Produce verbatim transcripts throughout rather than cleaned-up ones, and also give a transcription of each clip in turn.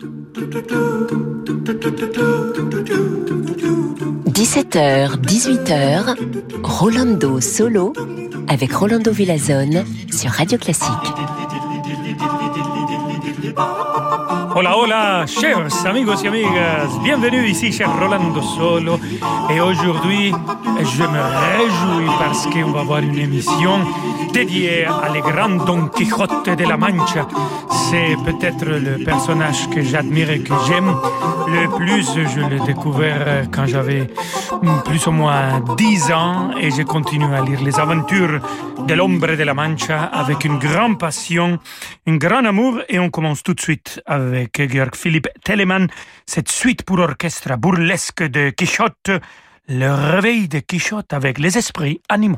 dix-sept heures, dix-huit heures, Rolando Solo avec Rolando Villazone sur Radio Classique. Hola, hola, chers amigos y amigas, bienvenue ici chez Rolando Solo. Et aujourd'hui, je me réjouis parce qu'on va voir une émission dédiée à le grand Don Quijote de la Mancha. C'est peut-être le personnage que j'admire et que j'aime le plus. Je l'ai découvert quand j'avais plus ou moins dix ans et je continue à lire les aventures de l'Hombre de la Mancha avec une grande passion, un grand amour. Et on commence tout de suite avec Georg Philipp Telemann, cette suite pour orchestre burlesque de Quichotte, le réveil de Quichotte avec les esprits animaux.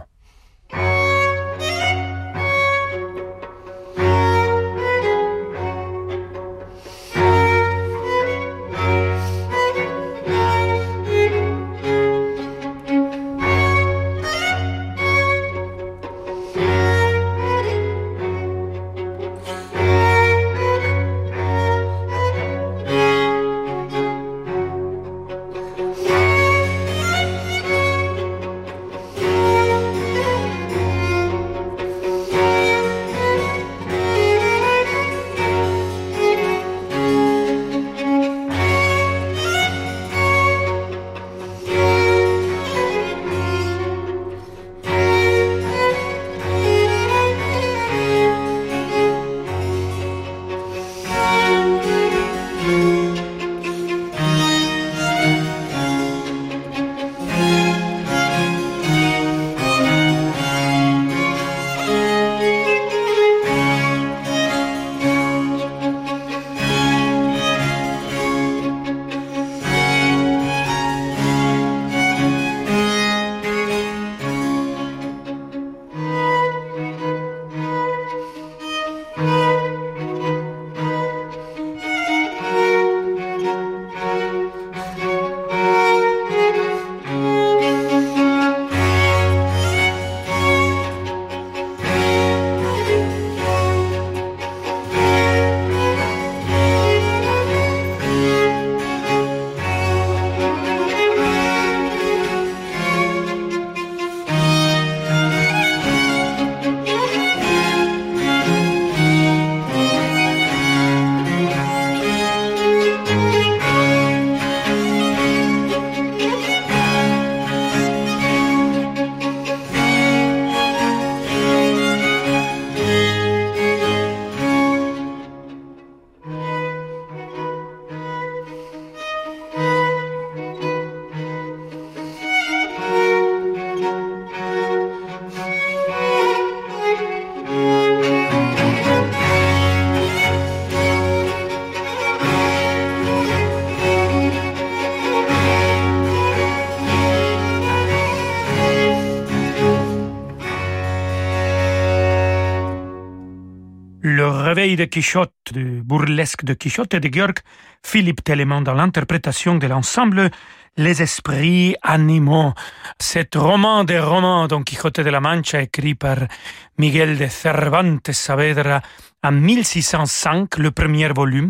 Le réveil de Quichotte, du burlesque de Quichotte de Georg Philipp Telemann dans l'interprétation de l'ensemble Les Esprits Animaux. Cet roman des romans Don Quijote de la Mancha écrit par Miguel de Cervantes Saavedra en mille six cent cinq, le premier volume,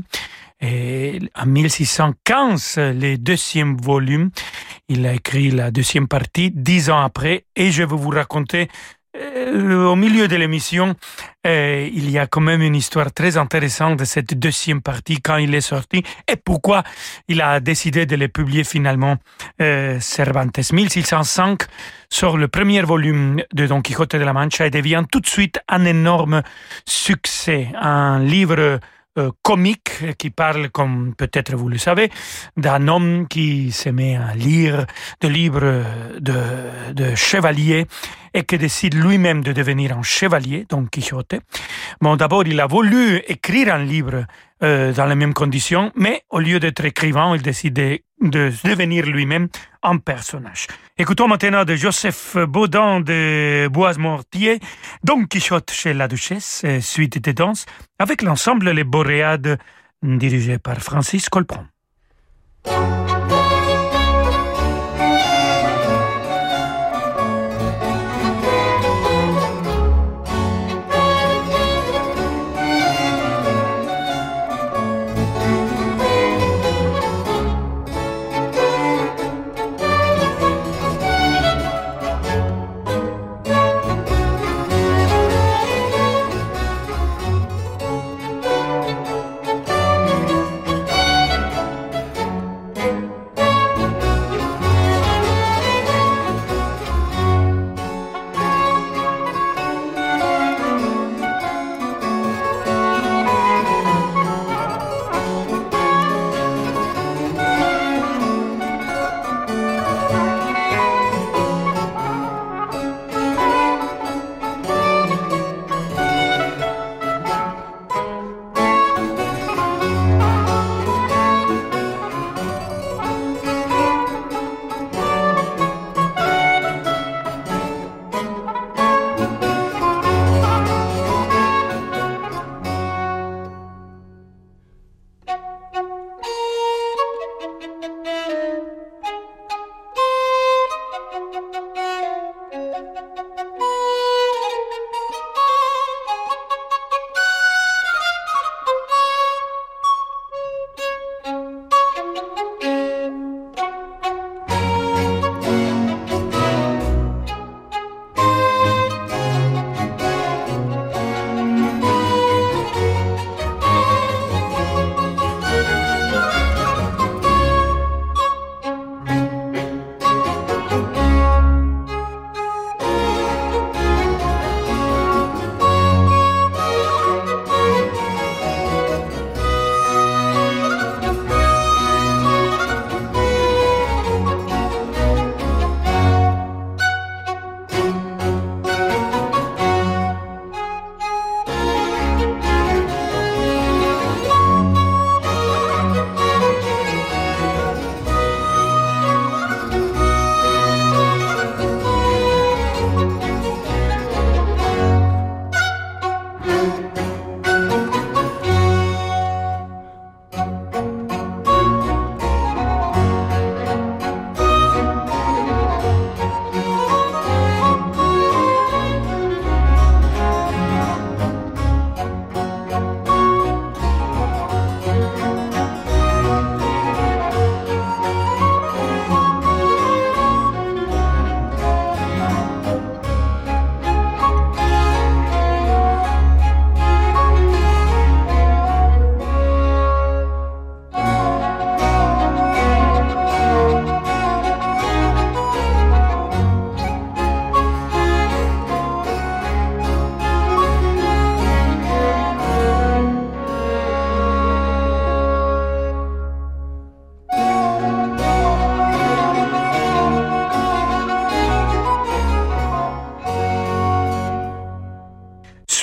et en mille six cent quinze, le deuxième volume. Il a écrit la deuxième partie dix ans après et je vais vous raconter Euh, au milieu de l'émission, euh, il y a quand même une histoire très intéressante de cette deuxième partie quand il est sorti et pourquoi il a décidé de le publier finalement. euh, Cervantes. mille six cent cinq sort le premier volume de Don Quijote de la Mancha et devient tout de suite un énorme succès, un livre Euh, comique qui parle, comme peut-être vous le savez, d'un homme qui se met à lire des livres de, de chevalier et qui décide lui-même de devenir un chevalier, Don Quichotte. Bon, d'abord, il a voulu écrire un livre euh, dans les mêmes conditions, mais au lieu d'être écrivain, il décide de, de devenir lui-même un personnage. Écoutons maintenant de Joseph Baudin de Bois-Mortier, Don Quichotte chez la Duchesse, suite de danse, avec l'ensemble Les Boréades, dirigé par Francis Colpron.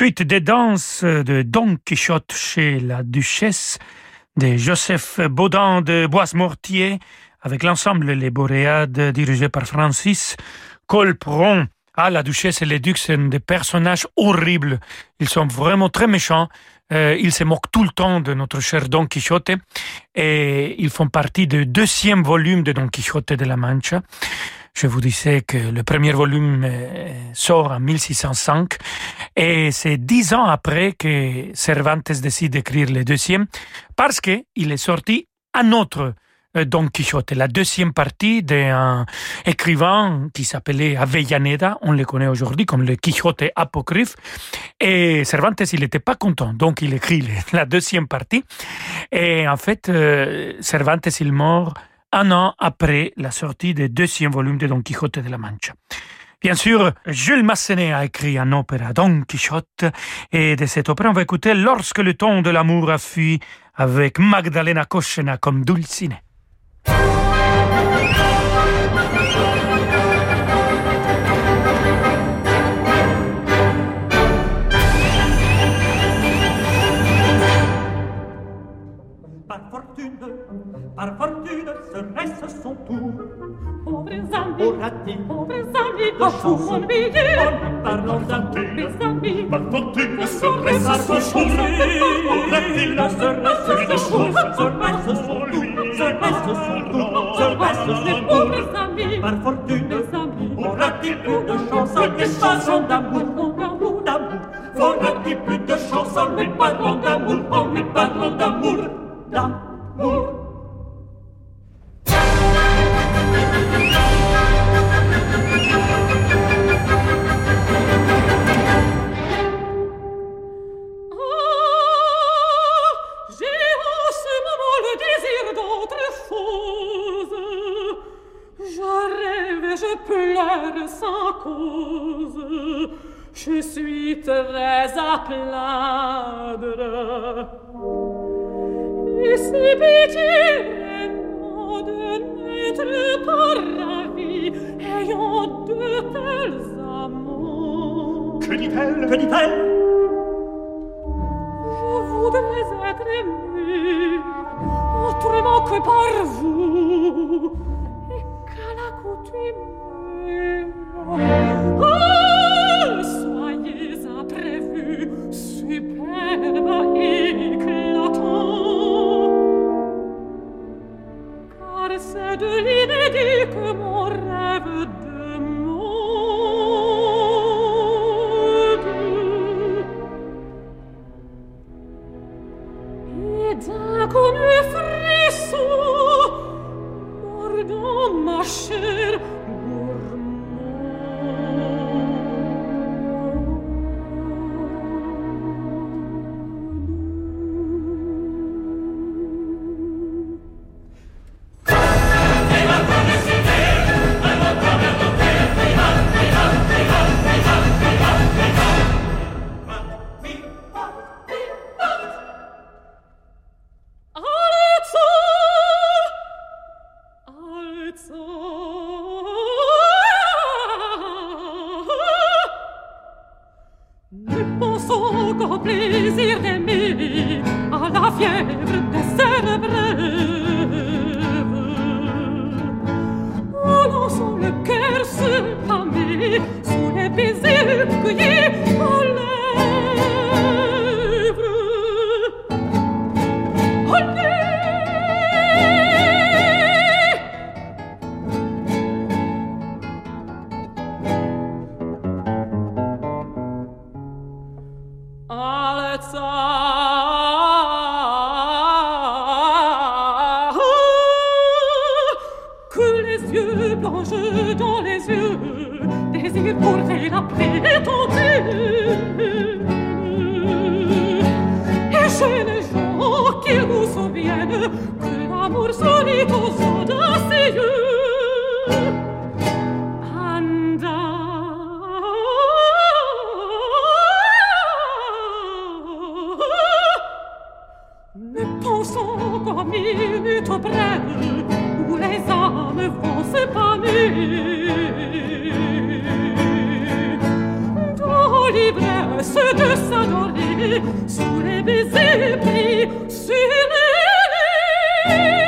Suite des danses de Don Quichotte chez la Duchesse de Joseph Baudin de Bois-Mortier avec l'ensemble Les Boréades dirigé par Francis Colperon. Ah, la Duchesse et les Ducs sont des personnages horribles. Ils sont vraiment très méchants. Euh, ils se moquent tout le temps de notre cher Don Quichotte et ils font partie du deuxième volume de Don Quichotte de la Mancha. Je vous disais que le premier volume sort en mille six cent cinq et c'est dix ans après que Cervantes décide d'écrire le deuxième parce qu'il est sorti un autre Don Quichotte, la deuxième partie d'un écrivain qui s'appelait Avellaneda, on le connaît aujourd'hui comme le Quichotte apocryphe, et Cervantes, il n'était pas content, donc il écrit la deuxième partie, et en fait, Cervantes, il meurt un an après la sortie du deuxième volume de Don Quichotte de la Mancha. Bien sûr, Jules Massenet a écrit un opéra Don Quichotte, et de cet opéra, on va écouter Lorsque le temps de l'amour a fui, avec Magdalena Koschena comme Dulcinée. Par fortune, par fortune, serait-ce son tour. Pauvres amis, aura-t-il, pauvres amis, de chansons oubliées, en parlant d'amour, mes amis, par fortune, serait-ce son tour. Aura-t-il, serait-ce son tour, serait-ce son tour, serait-ce son tour, serait-ce les pauvres amis, par fortune, mes amis, aura-t-il plus de chansons, des chansons d'amour, d'amour, d'amour, aura-t-il plus de chansons, mais parlons d'amour, oh, mais parlons d'amour, d'amour. Je pleure sans cause, je suis très à plaindre. Et si pitié vraiment de n'être pas ravi, ayant de tels amants. Que dit-elle, que dit-elle? Je voudrais être aimée autrement que par vous. Oh, soyez imprévu, superbe, éclatant, car c'est de l'inédit que mon rêve demande. Et d'inconnus frissons mordant ma chair, dans l'ivresse de sa sous les baisers pris sur les lèvres.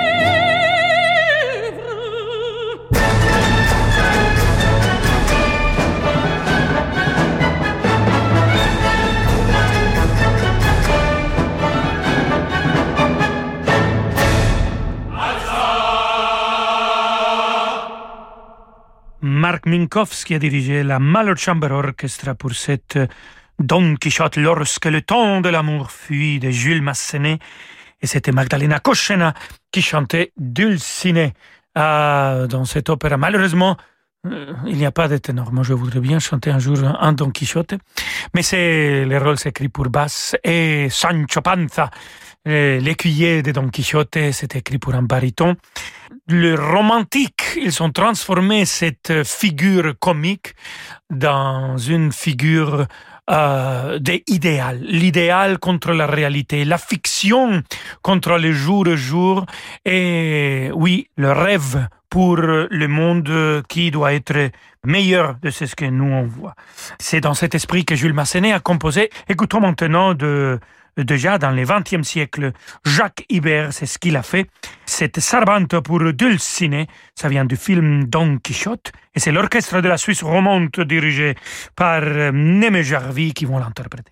Mark Minkowski a dirigé la Mahler Chamber Orchestra pour cette Don Quichotte lorsque le temps de l'amour fuit de Jules Massenet, et c'était Magdalena Koschena qui chantait Dulcinée ah, dans cette opéra. Malheureusement, euh, il n'y a pas de ténor. Moi, je voudrais bien chanter un jour un Don Quichotte, mais c'est le rôle s'écrit pour basse, et Sancho Panza, l'écuyer de Don Quichotte, c'est écrit pour un baryton. Le romantique, ils ont transformé cette figure comique dans une figure euh, d'idéal. L'idéal contre la réalité, la fiction contre le jour le jour, et oui, le rêve pour le monde qui doit être meilleur de ce que nous on voit. C'est dans cet esprit que Jules Massenet a composé. Écoutons maintenant de déjà dans le vingtième siècle, Jacques Ibert, c'est ce qu'il a fait. Cette Sarabande pour Dulcinée, ça vient du film Don Quichotte, et c'est l'orchestre de la Suisse romande dirigé par Némé Jarvi qui vont l'interpréter.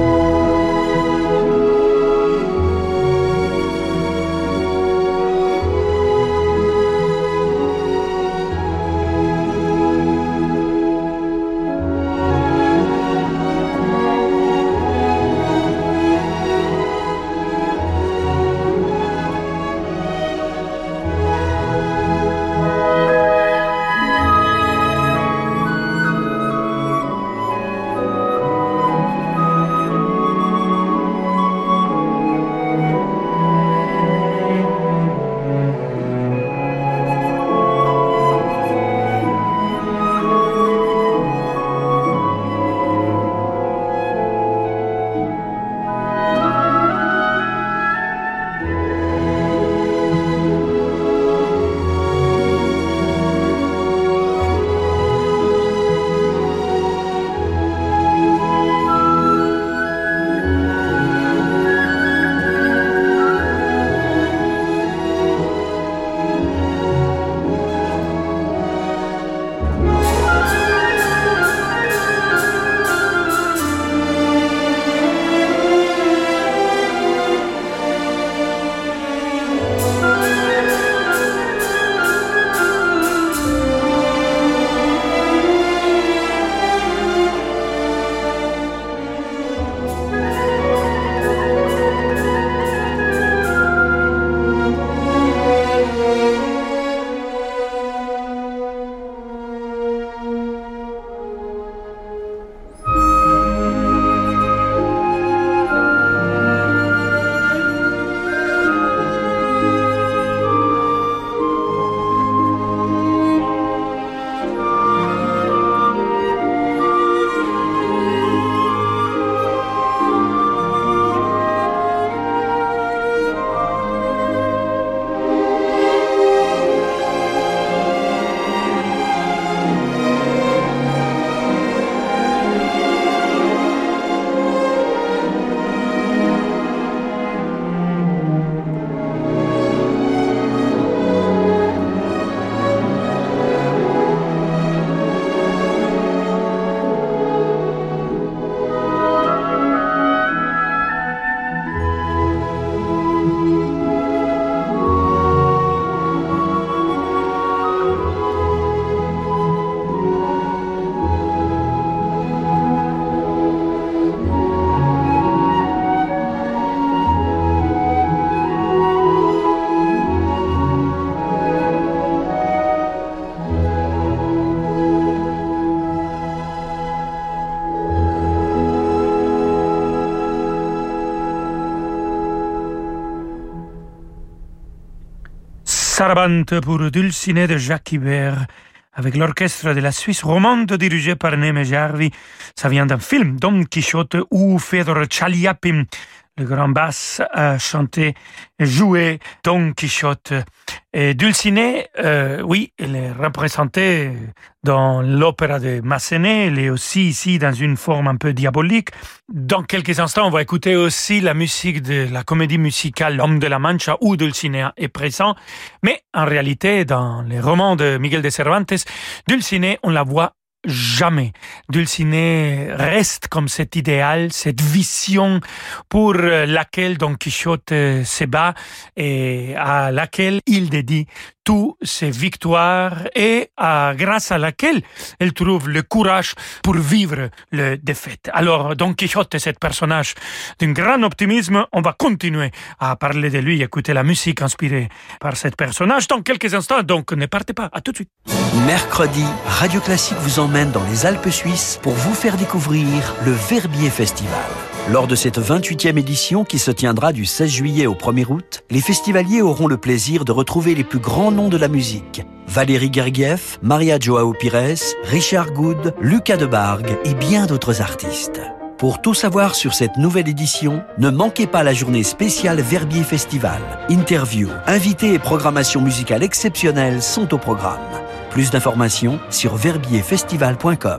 Thank you. Sarabande pour Dulcinée de Jacques Ibert, avec l'orchestre de la Suisse romande dirigé par Neeme Järvi. Ça vient d'un film, Don Quichotte, où Fedor Chaliapin, le grand basse, a chanté, joué Don Quichotte. Et Dulcinée, euh, oui, elle est représentée dans l'opéra de Massenet, elle est aussi ici dans une forme un peu diabolique. Dans quelques instants, on va écouter aussi la musique de la comédie musicale L'Homme de la Mancha, où Dulcinea est présent. Mais en réalité, dans les romans de Miguel de Cervantes, Dulcinée, on la voit jamais. Dulcinée reste comme cet idéal, cette vision pour laquelle Don Quichotte se bat et à laquelle il dédie toutes ses victoires et à, grâce à laquelle elle trouve le courage pour vivre le défaite. Alors, Don Quichotte est ce personnage d'un grand optimisme. On va continuer à parler de lui, écouter la musique inspirée par ce personnage dans quelques instants. Donc, ne partez pas. À tout de suite. Mercredi, Radio Classique vous emmène dans les Alpes suisses pour vous faire découvrir le Verbier Festival. Lors de cette vingt-huitième édition qui se tiendra du seize juillet au premier août, les festivaliers auront le plaisir de retrouver les plus grands noms de la musique. Valérie Gergiev, Maria Joao Pires, Richard Good, Lucas Debargue et bien d'autres artistes. Pour tout savoir sur cette nouvelle édition, ne manquez pas la journée spéciale Verbier Festival. Interviews, invités et programmation musicale exceptionnelle sont au programme. Plus d'informations sur verbier festival point com.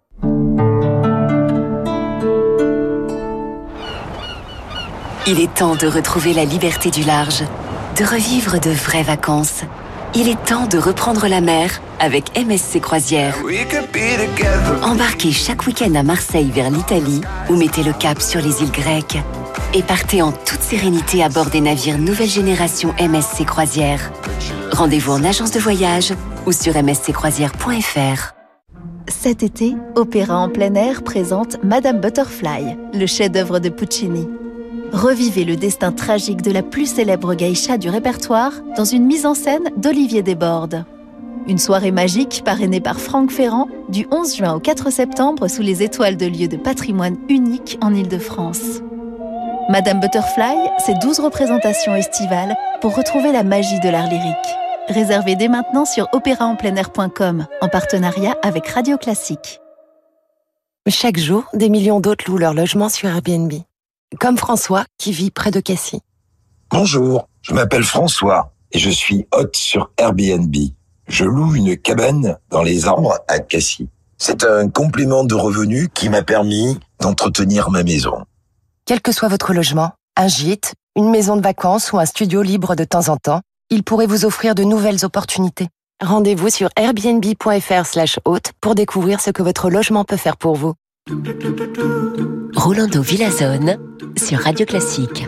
Il est temps de retrouver la liberté du large, de revivre de vraies vacances. Il est temps de reprendre la mer avec M S C Croisières. Embarquez chaque week-end à Marseille vers l'Italie ou mettez le cap sur les îles grecques. Et partez en toute sérénité à bord des navires nouvelle génération M S C Croisières. Rendez-vous en agence de voyage ou sur m s c croisières point f r. Cet été, Opéra en plein air présente Madame Butterfly, le chef-d'œuvre de Puccini. Revivez le destin tragique de la plus célèbre geisha du répertoire dans une mise en scène d'Olivier Desbordes. Une soirée magique parrainée par Franck Ferrand du onze juin au quatre septembre sous les étoiles de lieux de patrimoine unique en Île-de-France. Madame Butterfly, c'est douze représentations estivales pour retrouver la magie de l'art lyrique. Réservez dès maintenant sur opéra en plein air point com en partenariat avec Radio Classique. Chaque jour, des millions d'autres louent leur logement sur Airbnb. Comme François, qui vit près de Cassis. Bonjour, je m'appelle François et je suis hôte sur Airbnb. Je loue une cabane dans les arbres à Cassis. C'est un complément de revenus qui m'a permis d'entretenir ma maison. Quel que soit votre logement, un gîte, une maison de vacances ou un studio libre de temps en temps, il pourrait vous offrir de nouvelles opportunités. Rendez-vous sur airbnb point f r slash hôte pour découvrir ce que votre logement peut faire pour vous. Rolando Villazone sur Radio Classique.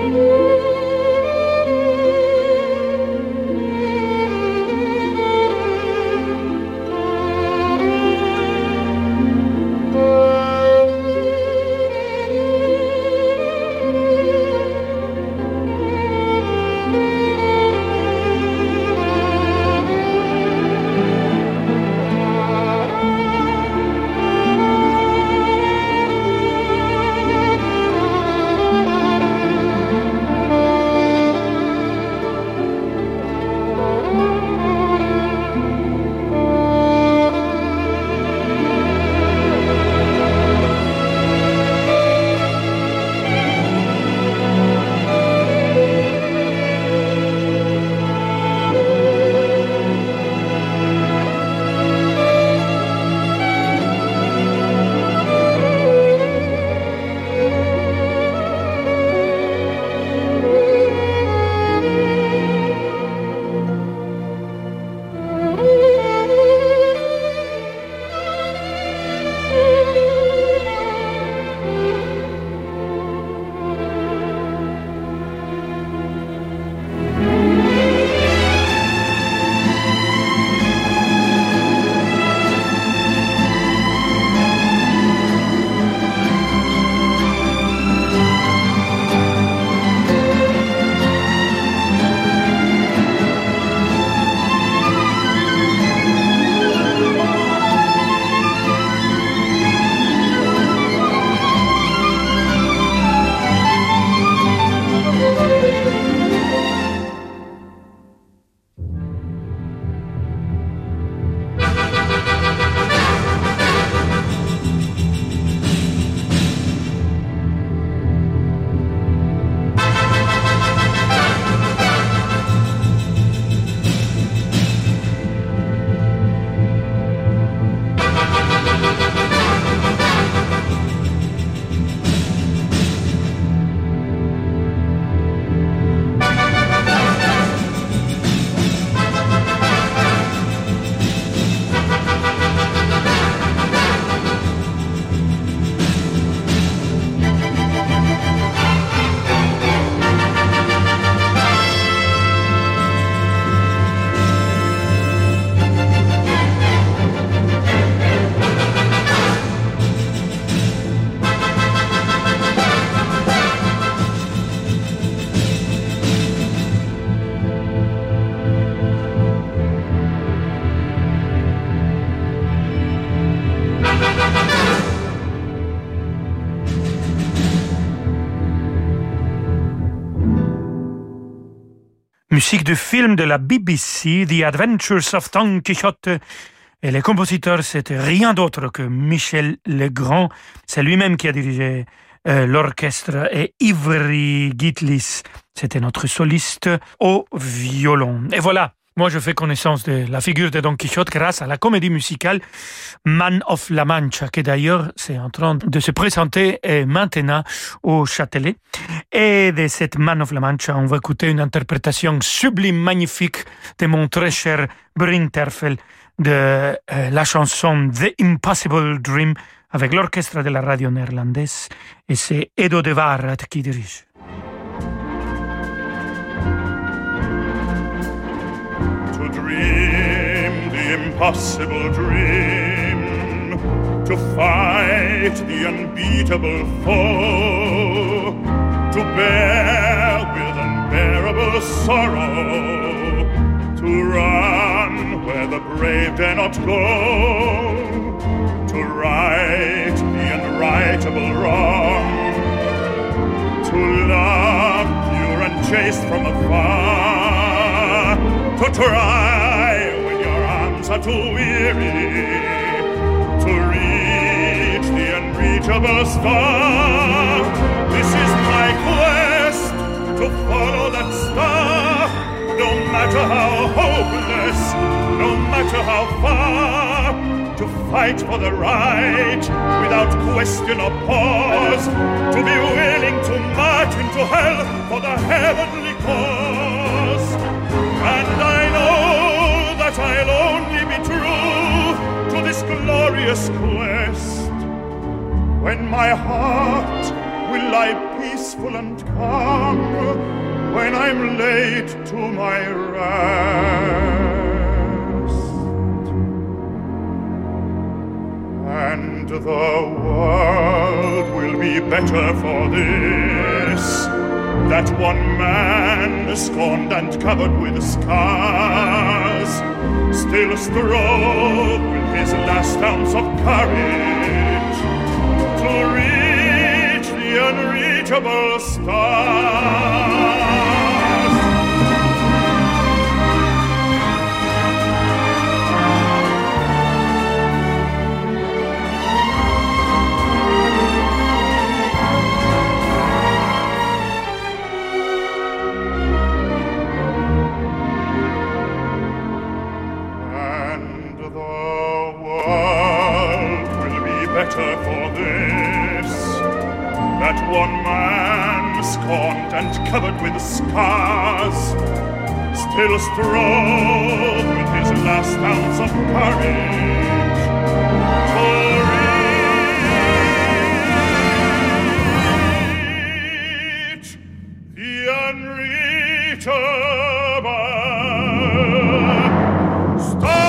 Musique du film de la B B C, The Adventures of Don Quixote. Et le compositeur, c'était rien d'autre que Michel Legrand. C'est lui-même qui a dirigé euh, l'orchestre. Et Ivry Gitlis, c'était notre soliste au violon. Et voilà, moi je fais connaissance de la figure de Don Quichotte grâce à la comédie musicale Man of La Mancha, qui d'ailleurs c'est en train de se présenter maintenant au Châtelet. Et de cette Man of La Mancha, on va écouter une interprétation sublime, magnifique de mon très cher Bryn Terfel de euh, la chanson The Impossible Dream avec l'orchestre de la radio néerlandaise. Et c'est Edo de Waard qui dirige. To dream the impossible dream, to fight the unbeatable foe, to bear with unbearable sorrow, to run where the brave dare not go, to right the unrightable wrong, to love pure and chaste from afar, to try when your arms are too weary, to reach the unreachable star. This is my quest, to follow that star, no matter how hopeless, no matter how far, to fight for the right without question or pause, to be willing to march into hell for the heavenly cause. And I know that I'll only be true to this glorious quest when my heart will lie peaceful peaceful and calm when I'm late to my rest. And the world will be better for this, that one man, scorned and covered with scars, still strove with his last ounce of courage to reach the unreachable stars. Better for this, that one man, scorned and covered with scars, still strove with his last ounce of courage to reach the unreachable stars.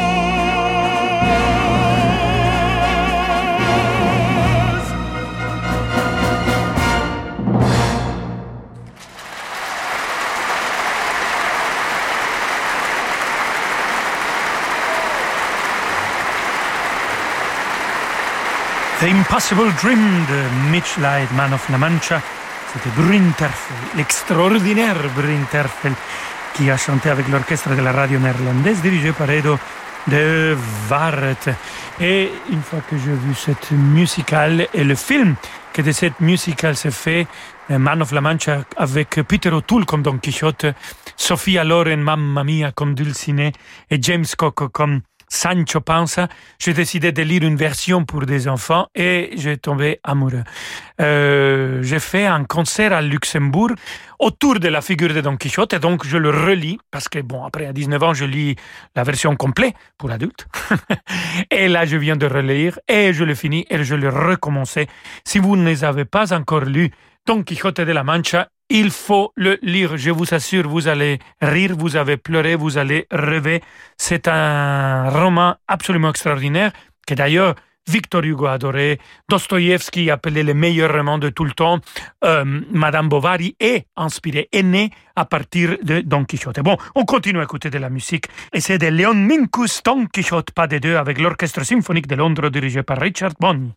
The Impossible Dream de Mitch Light, Man of La Mancha. C'était Bryn Terfel, l'extraordinaire Bryn Terfel, qui a chanté avec l'orchestre de la radio néerlandaise dirigé par Edo de Waard. Et une fois que j'ai vu cette musicale et le film que de cette musicale s'est fait, Man of La Mancha avec Peter O'Toole comme Don Quichotte, Sophia Loren, Mamma Mia comme Dulcinea et James Coco comme Sancho Panza, j'ai décidé de lire une version pour des enfants et j'ai tombé amoureux. Euh, j'ai fait un concert à Luxembourg autour de la figure de Don Quichotte et donc je le relis parce que bon, après à dix-neuf ans, je lis la version complète pour adultes. Et là, je viens de relire et je le finis et je le recommençais. Si vous ne les avez pas encore lus, Don Quichotte de la Mancha, il faut le lire, je vous assure, vous allez rire, vous allez pleurer, vous allez rêver. C'est un roman absolument extraordinaire que d'ailleurs Victor Hugo adorait, Dostoïevski appelait le meilleur roman de tout le temps, euh, Madame Bovary est inspirée, est née à partir de Don Quichotte. Bon, on continue à écouter de la musique et c'est de Leon Minkus, Don Quichotte, pas des deux, avec l'Orchestre symphonique de Londres dirigé par Richard Bonney.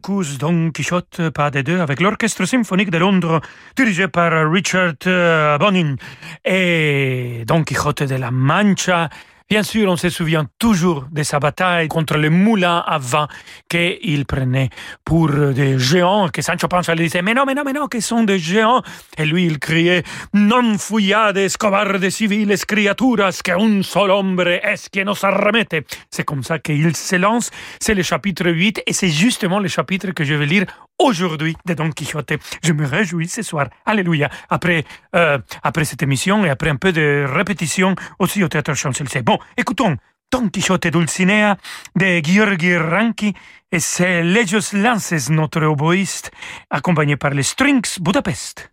Lucus Don Quichotte, pas des deux, avec l'Orchestre symphonique de Londres, dirigé par Richard euh, Bonin. Et Don Quichotte de la Mancha. Bien sûr, on se souvient toujours de sa bataille contre les moulins à vent qu'il prenait pour des géants, que Sancho Panza lui disait « Mais non, mais non, mais non, qu'ils sont des géants !» Et lui, il criait « Non fuyades, cobardes civiles criaturas, que un seul hombre es que nos arremete !» C'est comme ça qu'il se lance. C'est le chapitre huit et c'est justement le chapitre que je vais lire aujourd'hui de Don Quichotte. Je me réjouis ce soir. Alléluia. Après, euh, après cette émission et après un peu de répétition aussi au Théâtre Champs-Élysées. Bon, écoutons Don Quichotte Dulcinea de Gheorghe Ranki et c'est Legios Lances, notre oboïste, accompagné par les Strings Budapest.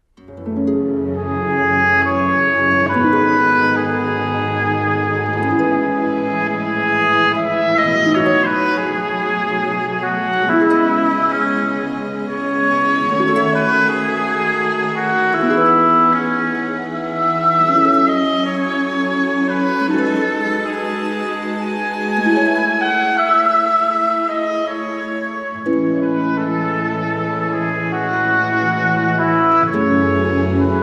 Thank you.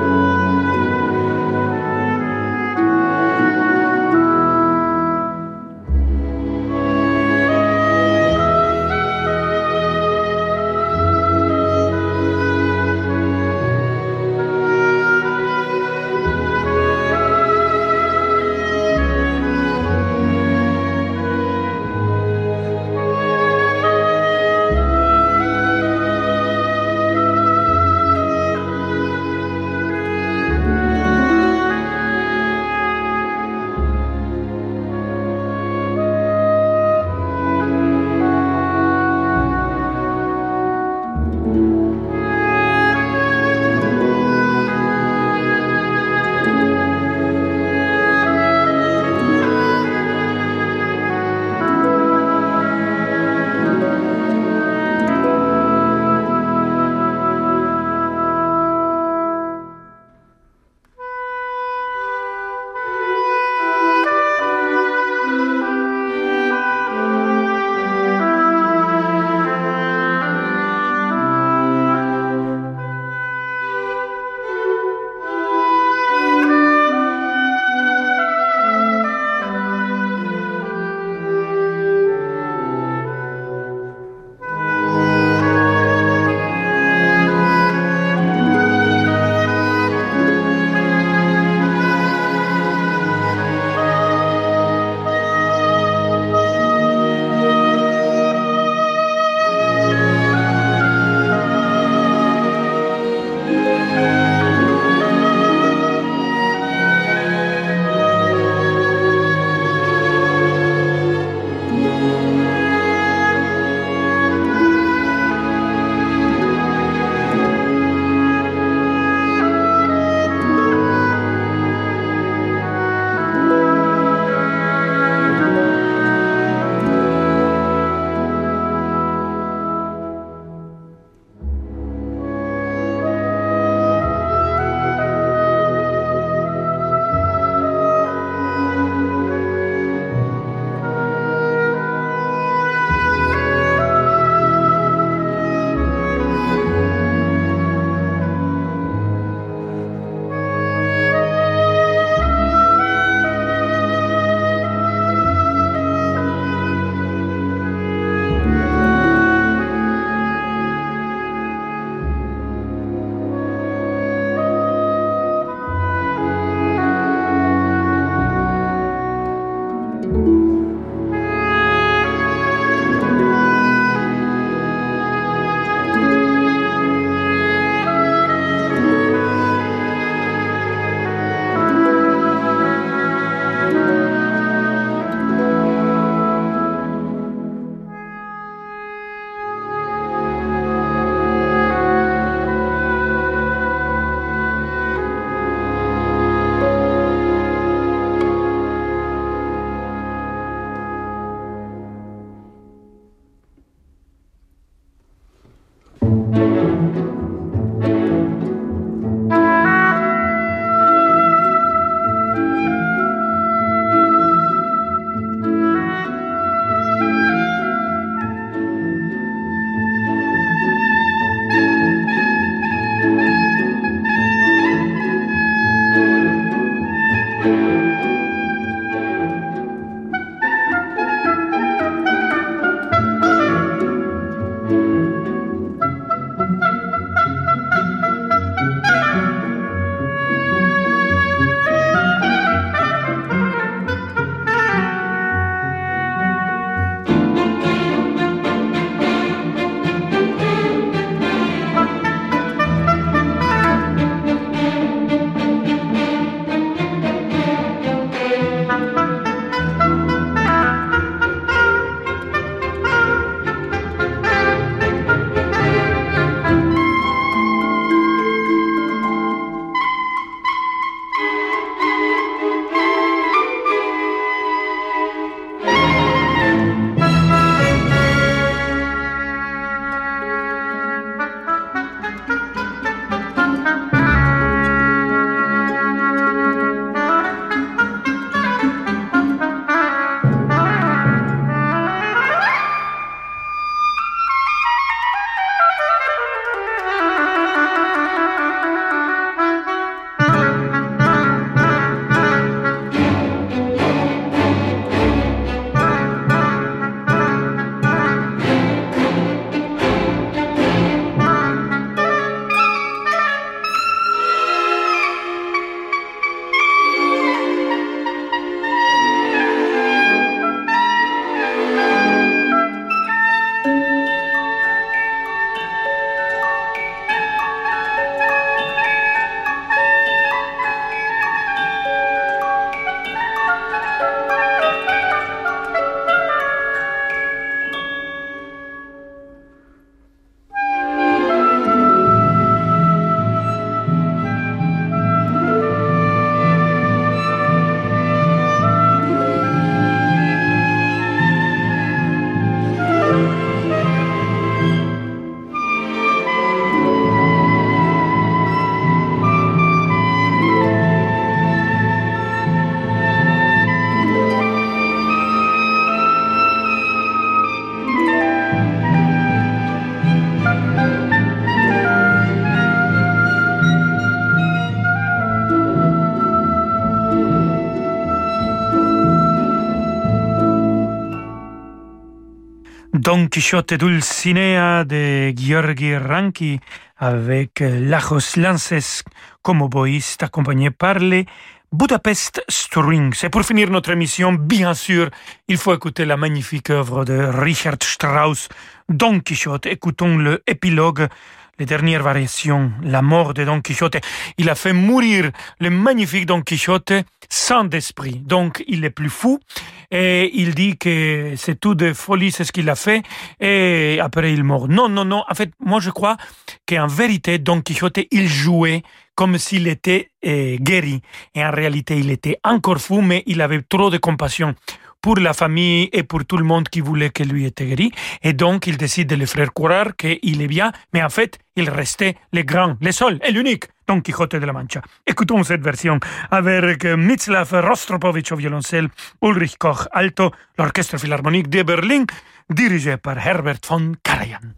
Don Quichotte Dulcinea de Gheorghe Ranchi avec Lajos Lances comme oboïste accompagné par les Budapest Strings. Et pour finir notre émission, bien sûr, il faut écouter la magnifique œuvre de Richard Strauss, Don Quichotte. Écoutons le épilogue, les dernières variations, la mort de Don Quichotte. Il a fait mourir le magnifique Don Quichotte sans d'esprit. Donc, il est plus fou et il dit que c'est tout de folie, c'est ce qu'il a fait et après il meurt. Non, non, non. En fait, moi, je crois qu'en vérité, Don Quichotte, il jouait comme s'il était euh, guéri. Et en réalité, il était encore fou, mais il avait trop de compassion pour la famille et pour tout le monde qui voulait que lui était guéri. Et donc, il décide de le faire croire qu'il est bien, mais en fait, il restait le grand, le seul et l'unique Don Quichotte de la Mancha. Écoutons cette version avec Mstislav Rostropovich au violoncelle, Ulrich Koch alto, l'Orchestre Philharmonique de Berlin, dirigé par Herbert von Karajan.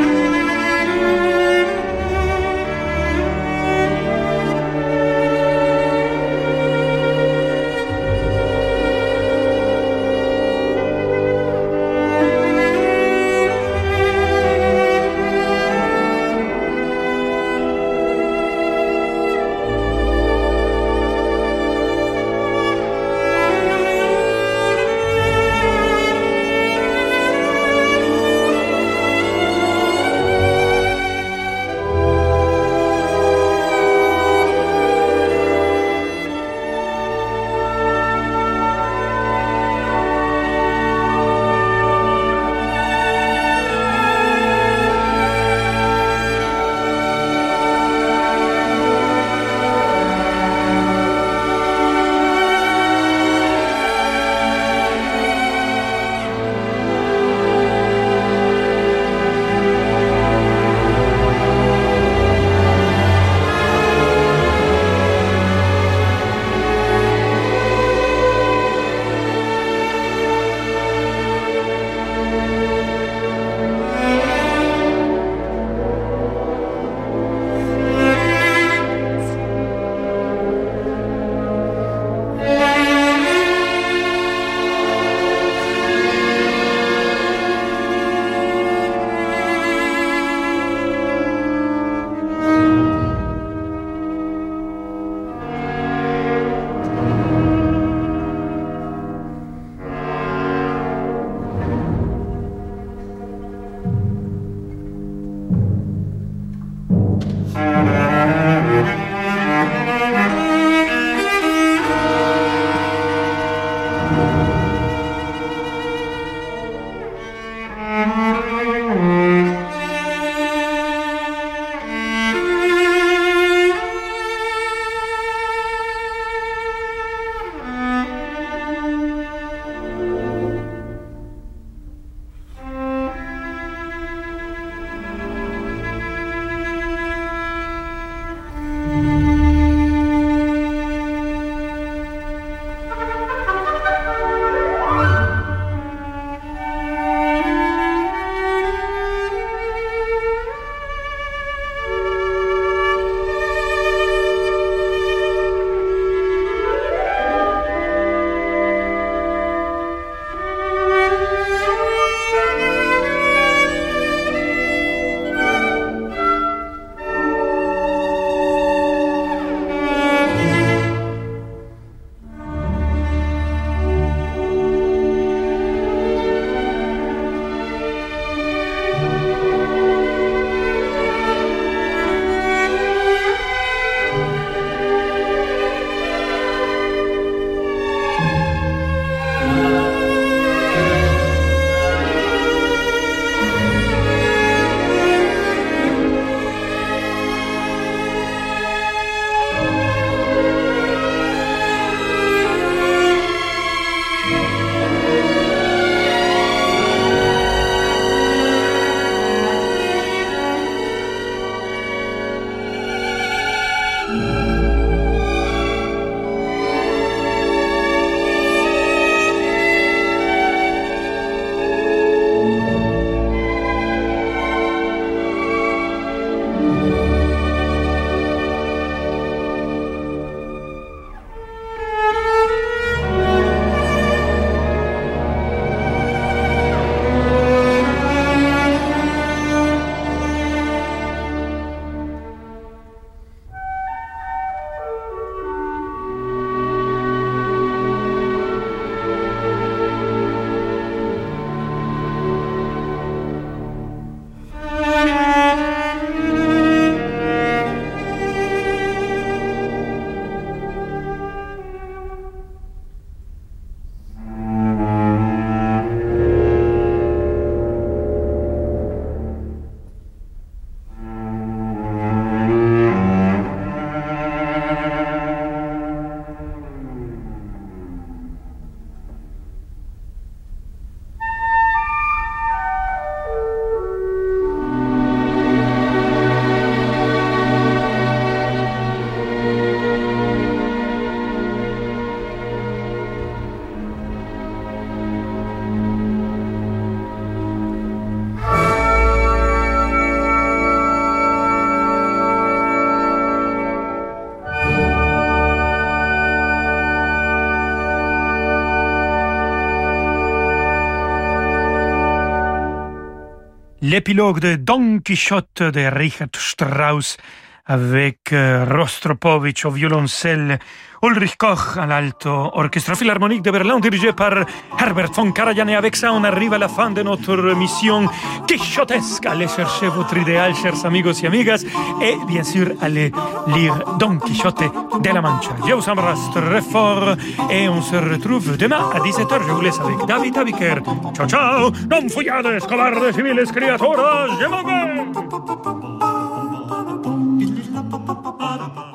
Thank you. l'épilogue de Don Quichotte de Richard Strauss avec euh, Rostropovich au violoncelle, Ulrich Koch à l'alto, Orchestre Philharmonique de Berlin dirigé par Herbert von Karajan. Et avec ça, on arrive à la fin de notre mission quichotesque. Allez chercher votre idéal, chers amigos et amigas, et bien sûr, allez lire Don Quichotte de la Mancha. Je vous embrasse très fort et on se retrouve demain à dix-sept heures. Je vous laisse avec David Abiker. Ciao, ciao! Non fuyades, cobardes civiles criaturas, je m'en vais!